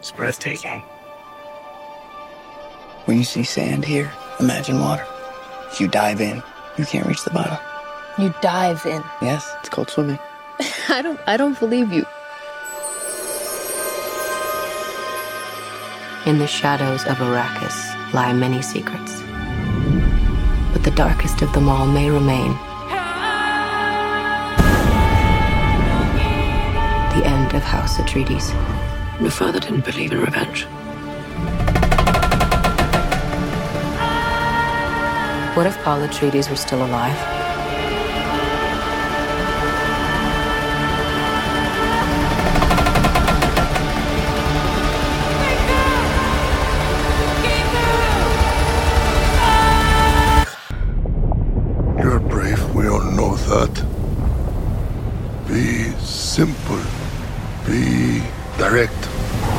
It's breathtaking. When you see sand here, imagine water. If you dive in, you can't reach the bottom. You dive in? Yes, it's called swimming. I don't believe you. In the shadows of Arrakis lie many secrets. But the darkest of them all may remain. The end of House Atreides. Your father didn't believe in revenge. What if Paul Atreides were still alive? You're brave, we all know that. Be simple. Be direct.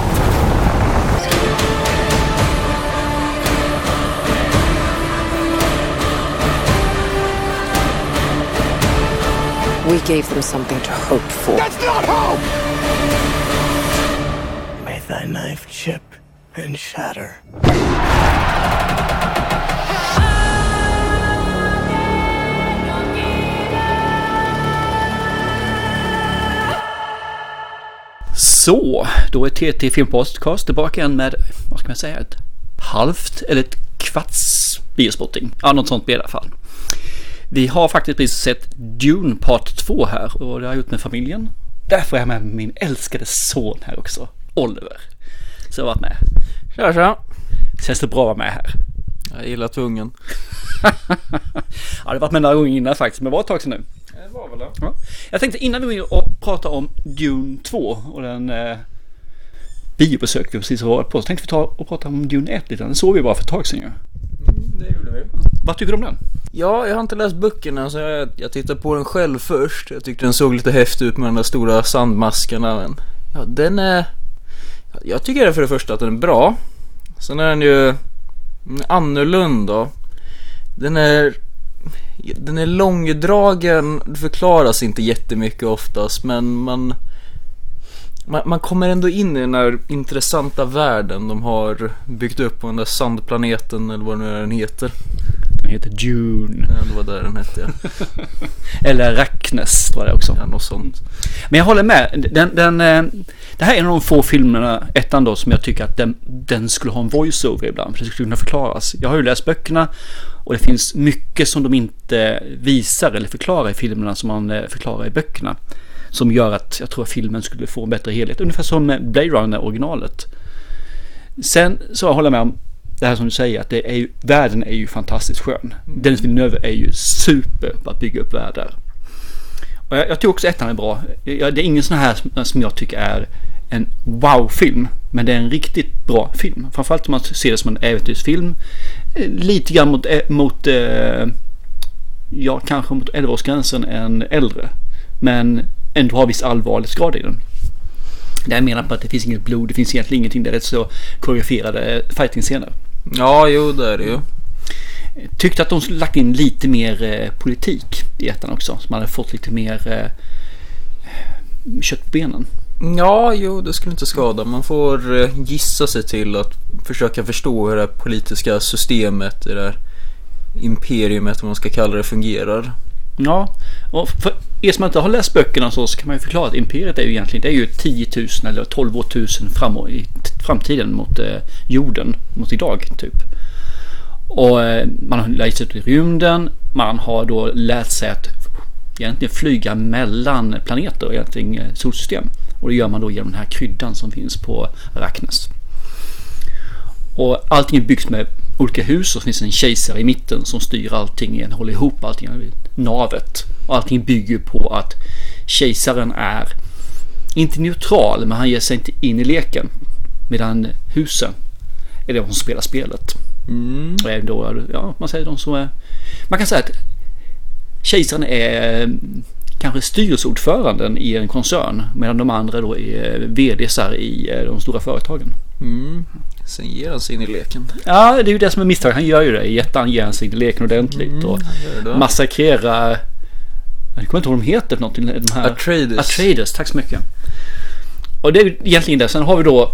We gave them something to hope for. That's not hope! May thy knife chip and shatter. Så, då är TT Filmpodcast tillbaka igen med, vad ska man säga, ett halvt eller ett kvarts biospotting. Ja, något sånt i alla fall. Vi har faktiskt precis sett Dune Part 2 här och det har jag gjort med familjen. Därför är jag med min älskade son här också, Oliver. Så jag har varit med. Tja. Känns det bra att vara med här? Jag gillar tvungen. Ja, det har varit med några gånger innan faktiskt, men det var ett tag sedan nu. Det var väl det. Ja. Jag tänkte innan vi går in och pratar om Dune 2 och den biobesök vi precis har varit på, så tänkte vi ta och prata om Dune 1 lite. Den såg vi bara för ett tag sedan ju. Det gjorde vi. Vad tycker du om den? Ja, jag har inte läst böckerna så jag tittade på den själv först. Jag tyckte den såg lite häftig ut med de där stora sandmaskerna. Men ja, den är... Jag tycker för det första att den är bra. Sen är den ju annorlunda. Den är långdragen. Det förklaras inte jättemycket oftast, men man kommer ändå in i den här intressanta världen de har byggt upp på den där sandplaneten eller vad nu den heter. Den heter Dune. Ja, det var där den hette, ja. Eller Arrakis tror jag också. Ja, något sånt. Men jag håller med. Det här är en av de få filmerna, ettan då, som jag tycker att den skulle ha en voice-over ibland. För det skulle kunna förklaras. Jag har ju läst böckerna och det finns mycket som de inte visar eller förklarar i filmerna som man förklarar i böckerna. Som gör att jag tror att filmen skulle få en bättre helhet. Ungefär som Blade Runner originalet. Sen så jag håller med om det här som du säger, att världen är ju fantastiskt skön. Denis Villeneuve är ju super på att bygga upp världar. Och jag tror också ettan är bra. Det är ingen sån här som jag tycker är en wow-film. Men det är en riktigt bra film. Framförallt om man ser det som en äventyrsfilm. Lite grann mot kanske mot 11-årsgränsen än äldre. Men ändå har viss allvarlighetsgrad i den. Det jag menar på att det finns inget blod, det finns egentligen ingenting, det är rätt så koreograferade fighting-scener. Ja, jo, det är det ju. Tyckte att de skulle lagt in lite mer politik i ettan också, så man hade fått lite mer kött på benen. Ja, jo, det skulle inte skada. Man får gissa sig till att försöka förstå hur det politiska systemet, det där imperiumet, vad man ska kalla det, fungerar. Ja, och för er som inte har läst böckerna så kan man ju förklara att imperiet är ju egentligen, det är ju 10 000 eller 12 000 i framtiden mot jorden, mot idag typ. Och man har lärt sig ut i rymden, man har då lärt sig att egentligen flyga mellan planeter och egentligen solsystem. Och det gör man då genom den här kryddan som finns på Arrakis. Och allting byggs med olika hus och så finns en kejsare i mitten som styr allting igen, håller ihop allting, navet. Och allting bygger på att kejsaren är inte neutral, men han ger sig inte in i leken. Medan husen är det som spelar spelet. Och även då, ja, man säger de som är, man kan säga att kejsaren är kanske styrelseordföranden i en koncern, medan de andra då är vdsar i de stora företagen. Sen ger han sig in i leken. Ja, det är ju det som är misstag. Han gör ju det. Jättan ger han sig in i leken ordentligt och massakrerar. Jag kommer inte ihåg vad de heter för någonting. De här Atreides, tack så mycket. Och det är egentligen det. Sen har vi då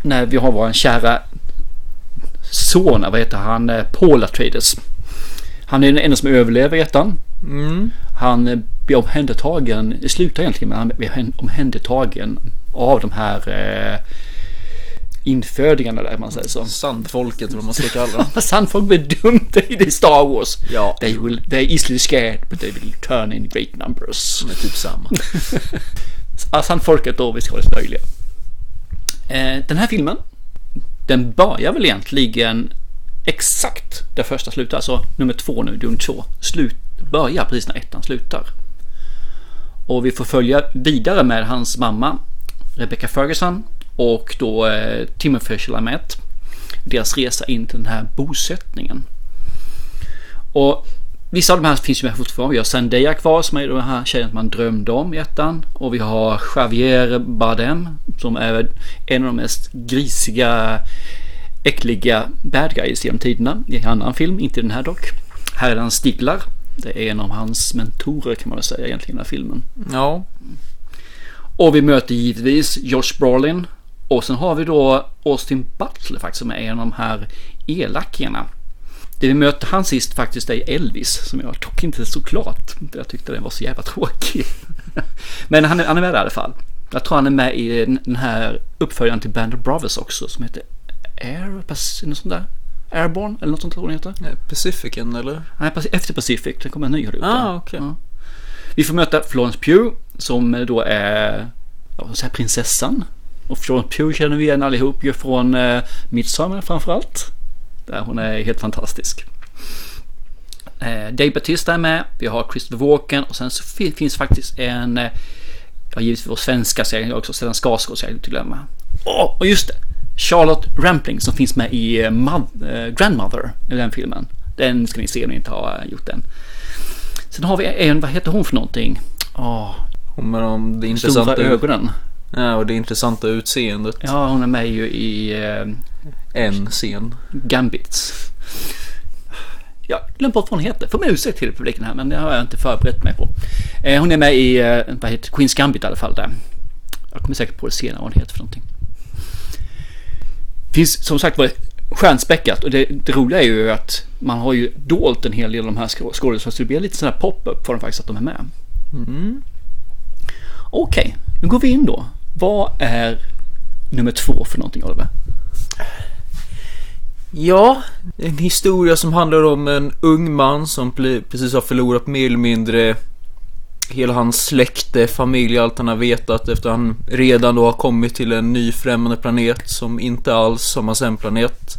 när vi har vår kära son, vad heter han, Paul Atreides. Han är den enda som överlever i ettan. Han blir omhändertagen, det slutar egentligen med han blir omhändertagen av de här infödingarna där, man säger så. Sandfolket, eller vad man ska kalla dem. Sandfolk blir dumt i Star Wars. Ja. They're easily scared, but they will turn in great numbers. Det är typ samma. Sandfolket då, vi ska vara löjliga. Den här filmen, den börjar väl egentligen exakt där första slutar, alltså nummer 2 nu, Dune 2 börjar precis när ettan slutar. Och vi får följa vidare med hans mamma Rebecca Ferguson och då Timothée Chalamet, deras resa in till den här bosättningen. Och vissa av de här finns ju med fortfarande. Vi har Zendaya kvar som är den här tjejen man drömde om i ettan, och vi har Javier Bardem som är en av de mest grisiga, äckliga bad guys genom tiderna i en annan film, inte den här dock. Här är den Stiglar. Det är en av hans mentorer kan man väl säga egentligen i den här filmen. Ja. Och vi möter givetvis Josh Brolin. Och sen har vi då Austin Butler faktiskt, som är en av de här elackerna. Det vi möter han sist faktiskt är Elvis, som jag dock inte så klart. Jag tyckte den var så jävla tråkig. Men han är med där i alla fall. Jag tror han är med i den här uppföljaren till Band of Brothers också, som heter Airborne eller något sånt tror jag heter. Pacificen eller? Nej, efter Pacific, det kommer en ny här ute. Okay. Ja. Vi får möta Florence Pugh som då är prinsessan. Och Florence Pugh känner vi igen allihop ju från Midsommar framförallt. Där hon är helt fantastisk. Dave Bautista är med. Vi har Christopher Walken. Och sen så finns faktiskt en givetvis vår svenska serie också, Stellan Skarsgård, så jag inte glömma. Och just det, Charlotte Rampling som finns med i Grandmother i den filmen. Den ska ni se om ni inte har gjort den. Sen har vi en, vad heter hon för någonting? Hon med de intressanta stora ögonen. Ja, och det intressanta utseendet. Ja, hon är med ju i en scen. Gambits. Jag glömde bort vad hon heter. Får man ursäkt till publiken här, men det har jag inte förberett mig på. Hon är med i vad heter Queen's Gambit i alla fall där. Jag kommer säkert på det senare vad hon heter för någonting. Finns som sagt var stjärnspäckat, och det roliga är ju att man har ju dolt en hel del av de här skådespelarna, så det blir lite sån här pop-up för dem faktiskt att de är med. Okej, nu går vi in då. Vad är nummer 2 för någonting, Oliver? Ja, en historia som handlar om en ung man som precis har förlorat mer eller mindre hela hans släkte, familj, allt han har vetat, efter han redan då har kommit till en ny främmande planet som inte alls som hans hemplanet.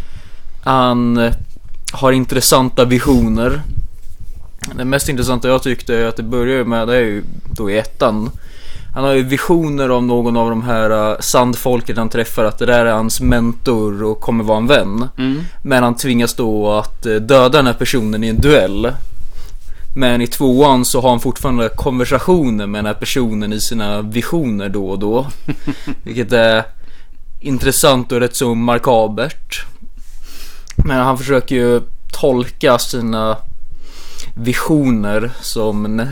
Han har intressanta visioner. Det mest intressanta jag tyckte är att det börjar med, det är ju då i ettan. Han har ju visioner om någon av de här sandfolket han träffar, att det där är hans mentor och kommer vara en vän. Men han tvingas då att döda den här personen i en duell. Men i 2:an så har han fortfarande konversationer med den här personen i sina visioner då och då. Vilket är intressant och rätt så markabert. Men han försöker ju tolka sina visioner som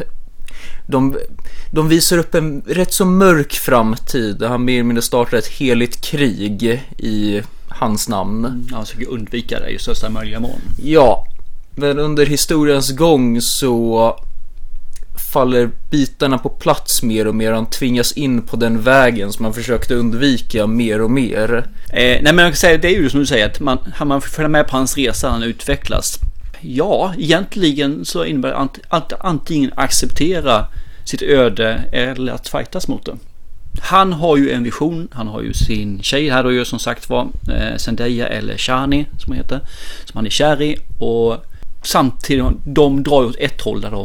de visar upp en rätt så mörk framtid där han mer eller mindre startar ett heligt krig i hans namn. Han försöker undvika det i största möjliga mån. Ja, men under historiens gång så faller bitarna på plats mer och mer. Han tvingas in på den vägen som man försökte undvika mer och mer. Nej, men jag kan säga, det är ju som du säger att man följer med på hans resa, han utvecklas. Ja, egentligen så innebär det att antingen acceptera sitt öde eller att fightas mot det. Han har ju en vision, han har ju sin tjej här då ju som sagt var Zendaya eller Shani som heter, som han är kär i, och samtidigt de drar åt ett håll där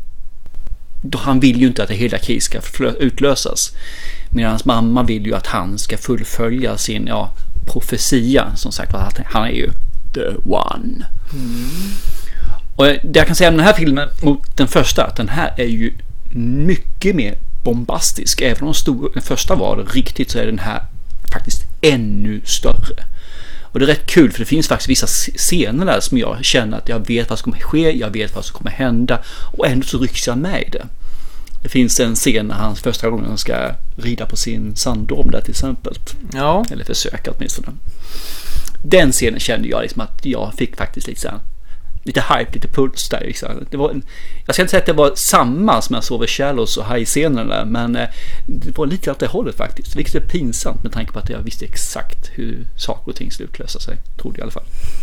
han vill ju inte att det hela kriget ska utlösas, medan hans mamma vill ju att han ska fullfölja sin profetia, som sagt var, han är ju the one. Och det jag kan säga om den här filmen mot den första, att den här är ju mycket mer bombastisk. Även om den första var riktigt, så är den här faktiskt ännu större. Och det är rätt kul, för det finns faktiskt vissa scener där som jag känner att jag vet vad som kommer ske, jag vet vad som kommer hända, och ändå så rycks jag med i det. Det finns en scen när han första gången ska rida på sin sandorm där till exempel. Ja. Eller försöka åtminstone. Den scenen kände jag liksom att jag fick faktiskt lite hype, lite puls där. Liksom. Jag ska inte säga att det var samma som jag såg i Shallows och High-scenerna, men det var lite åt det hållet faktiskt. Vilket är pinsamt med tanke på att jag visste exakt hur saker och ting slutlösa sig. Trodde jag i alla fall.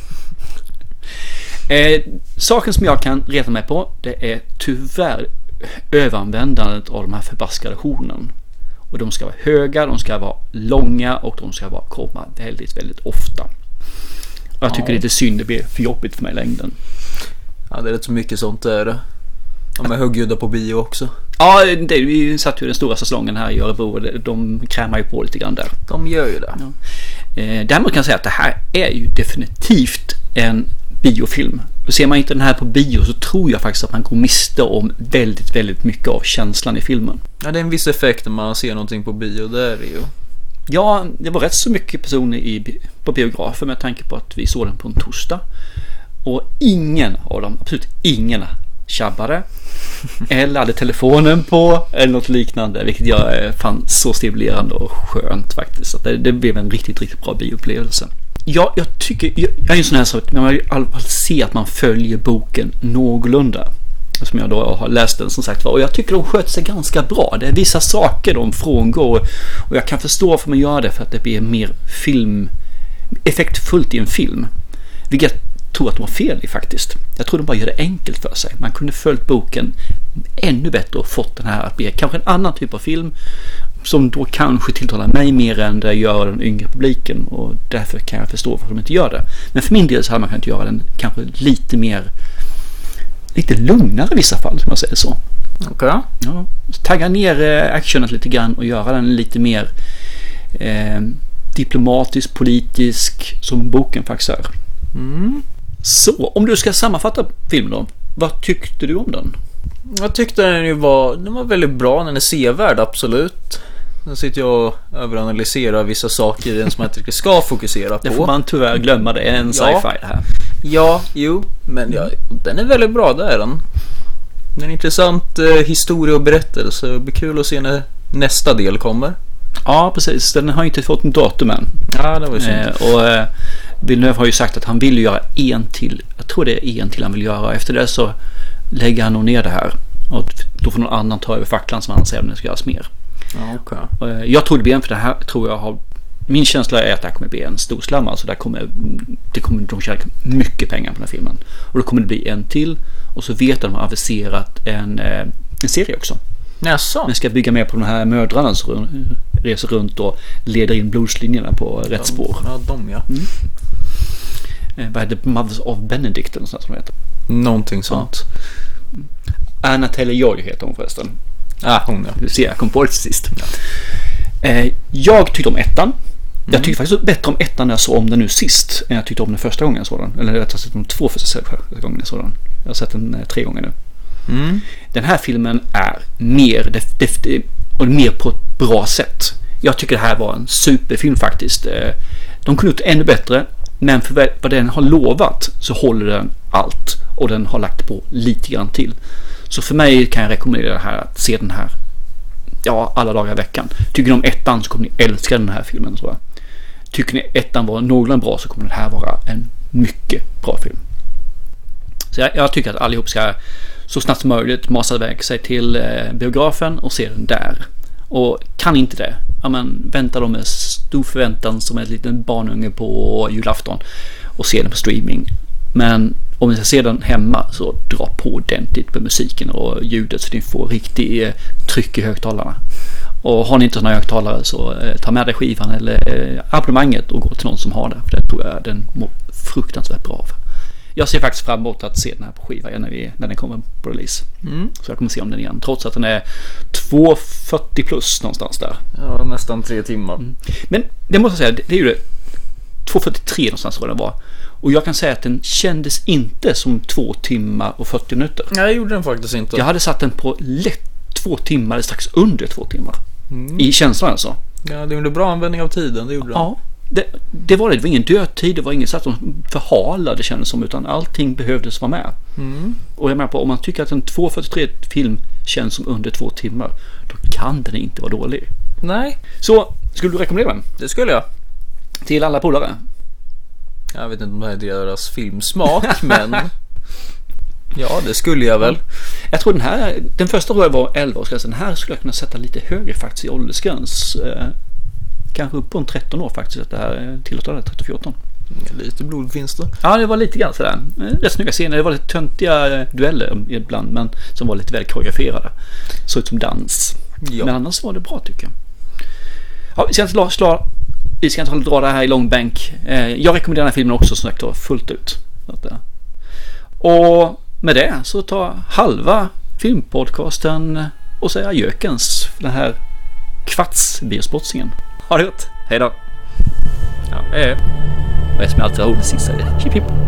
Saken som jag kan reta mig på, det är tyvärr överanvändandet av de här förbaskade hornen. Och de ska vara höga, de ska vara långa och de ska komma väldigt, väldigt ofta. Och jag tycker det är lite synd, det blir för jobbigt för mig i längden. Ja, det är rätt så mycket sånt där. De är högljudda på bio också. Ja, vi satt ju den stora säsongen här i Örebro och de krämar ju på lite grann där. De gör ju det. Ja. Däremot kan jag säga att det här är ju definitivt en biofilm. Och ser man inte den här på bio så tror jag faktiskt att man går miste om väldigt, väldigt mycket av känslan i filmen. Ja, det är en viss effekt när man ser någonting på bio, det är det ju. Ja, det var rätt så mycket personer på biografen med tanke på att vi såg den på en torsdag. Och ingen av dem, absolut ingen, tjabbade eller hade telefonen på eller något liknande, vilket jag fann så stimulerande och skönt faktiskt. Så det blev en riktigt, riktigt bra bioupplevelse. Ja, jag tycker, jag är en sån här sak, man vill i alla fall se att man följer boken någorlunda. Som jag då har läst den som sagt var. Och jag tycker de sköter sig ganska bra. Det är vissa saker de frångår. Och jag kan förstå varför man gör det, för att det blir mer effektfullt i en film. Vilket jag tror att de var fel i faktiskt. Jag tror de bara gör det enkelt för sig. Man kunde följt boken ännu bättre och fått den här att bli kanske en annan typ av film. Som då kanske tilltalar mig mer än det gör den yngre publiken. Och därför kan jag förstå varför de inte gör det. Men för min del så hade man kunnat göra den kanske lite lugnare i vissa fall, om man säger så. Okej. Ja, tagga ner actionet lite grann och göra den lite mer diplomatisk, politisk som boken faktiskt är. Mm. Så, om du ska sammanfatta filmen då, vad tyckte du om den? Jag tyckte den var väldigt bra, den är sevärd, absolut. Nu sitter jag och överanalyserar vissa saker i den som jag tycker ska fokusera på. Det får man tyvärr glömma, det är en sci-fi det här. Ja, jo, men den är väldigt bra, det är den. Det är en intressant historia och berättelse. Det blir kul att se när nästa del kommer. Ja, precis. Den har inte fått en datum än. Ja, det var ju synd. Och Villeneuve har ju sagt att han vill göra en till. Jag tror det är en till han vill göra. Efter det så lägger han nog ner det här. Och då får någon annan ta över facklan som han säger om det ska göras mer. Ja, okay. Jag tror det blir en, för det här tror jag har... Min känsla är att det här kommer bli en stor slamma. Alltså de kommer tjäna mycket pengar på den här filmen. Och då kommer det bli en till. Och så vet de har aviserat en serie också. Jaså? Den ska bygga mer på de här mödrarna som reser runt och leder in blodslinjerna på rätt spår. Ja, ja. Vad heter det? Mothers of Benedict eller sånt som heter. Någonting sånt. Ja. Anna Taylor-Joy heter hon förresten. Hon, ja. Du ser, jag kom på det sist. Ja. Jag tyckte om ettan. Jag tyckte faktiskt bättre om ettan när jag såg om den nu sist än jag tyckte om den första gången jag såg den. Eller jag har sett de 2 första gången jag såg den. Jag har sett den 3 gånger nu. Den här filmen är mer och mer på ett bra sätt. Jag tycker det här var en superfilm faktiskt. De kunde gjort ännu bättre, men för vad den har lovat så håller den allt och den har lagt på lite grann till. Så för mig kan jag rekommendera det här, att se den här alla dagar i veckan. Tycker ni om ettan så kommer ni älska den här filmen, tror jag. Tycker ni ettan var någorlunda bra så kommer den här vara en mycket bra film. Så jag tycker att allihop ska så snabbt som möjligt masa iväg sig till biografen och se den där. Och kan inte det, vänta då med stor förväntan som en liten barnunge på julafton och se den på streaming. Men om ni ska se den hemma så dra på ordentligt på musiken och ljudet så ni får riktigt tryck i högtalarna. Och har ni inte sådana högtalare så ta med dig skivan eller abonnemanget och gå till någon som har det. För det tror jag den mår fruktansvärt bra av. Jag ser faktiskt fram emot att se den här på skiva när den kommer på release. Så jag kommer se om den igen. Trots att den är 2:40 plus någonstans där. Ja, nästan 3 timmar. Men det måste jag säga, det är ju det. 2:43 någonstans tror jag den var. Och jag kan säga att den kändes inte som 2 timmar och 40 minuter. Nej, jag gjorde den faktiskt inte. Jag hade satt den på lätt 2 timmar, strax under 2 timmar. I känslan alltså. Ja, det gjorde bra användning av tiden, det gjorde den. Ja, det var ingen dödtid, det var ingen så att de förhalade, det kändes som, utan allting behövdes vara med. Och jag menar på, om man tycker att en 2:43 film känns som under 2 timmar, då kan den inte vara dålig. Nej. Så, skulle du rekommendera den? Det skulle jag. Till alla polare? Jag vet inte om det är deras filmsmak, men ja, det skulle jag väl. Jag tror den första tror jag var 11-årsgräns. Den här skulle jag kunna sätta lite högre faktiskt i åldersgräns. Kanske upp på en 13 år faktiskt, att det här tillåter 13-14. Lite blod finns det. Ja, det var lite grann sådär. Rätt snygga scener. Det var lite töntiga dueller ibland, men som var lite väl koreograferade. Så ut som dans. Ja. Men annars var det bra, tycker jag. Ja, vi ska inte dra det här i långbänk. Jag rekommenderar den här filmen också, som sagt, fullt ut. Och med det så tar halva filmpodcasten och säger Jökens, den här kvartsbiosportsingen. Ha det gott. Hej då. Ja, hej. Och jag som alltid har ordet sista. Chip, chip.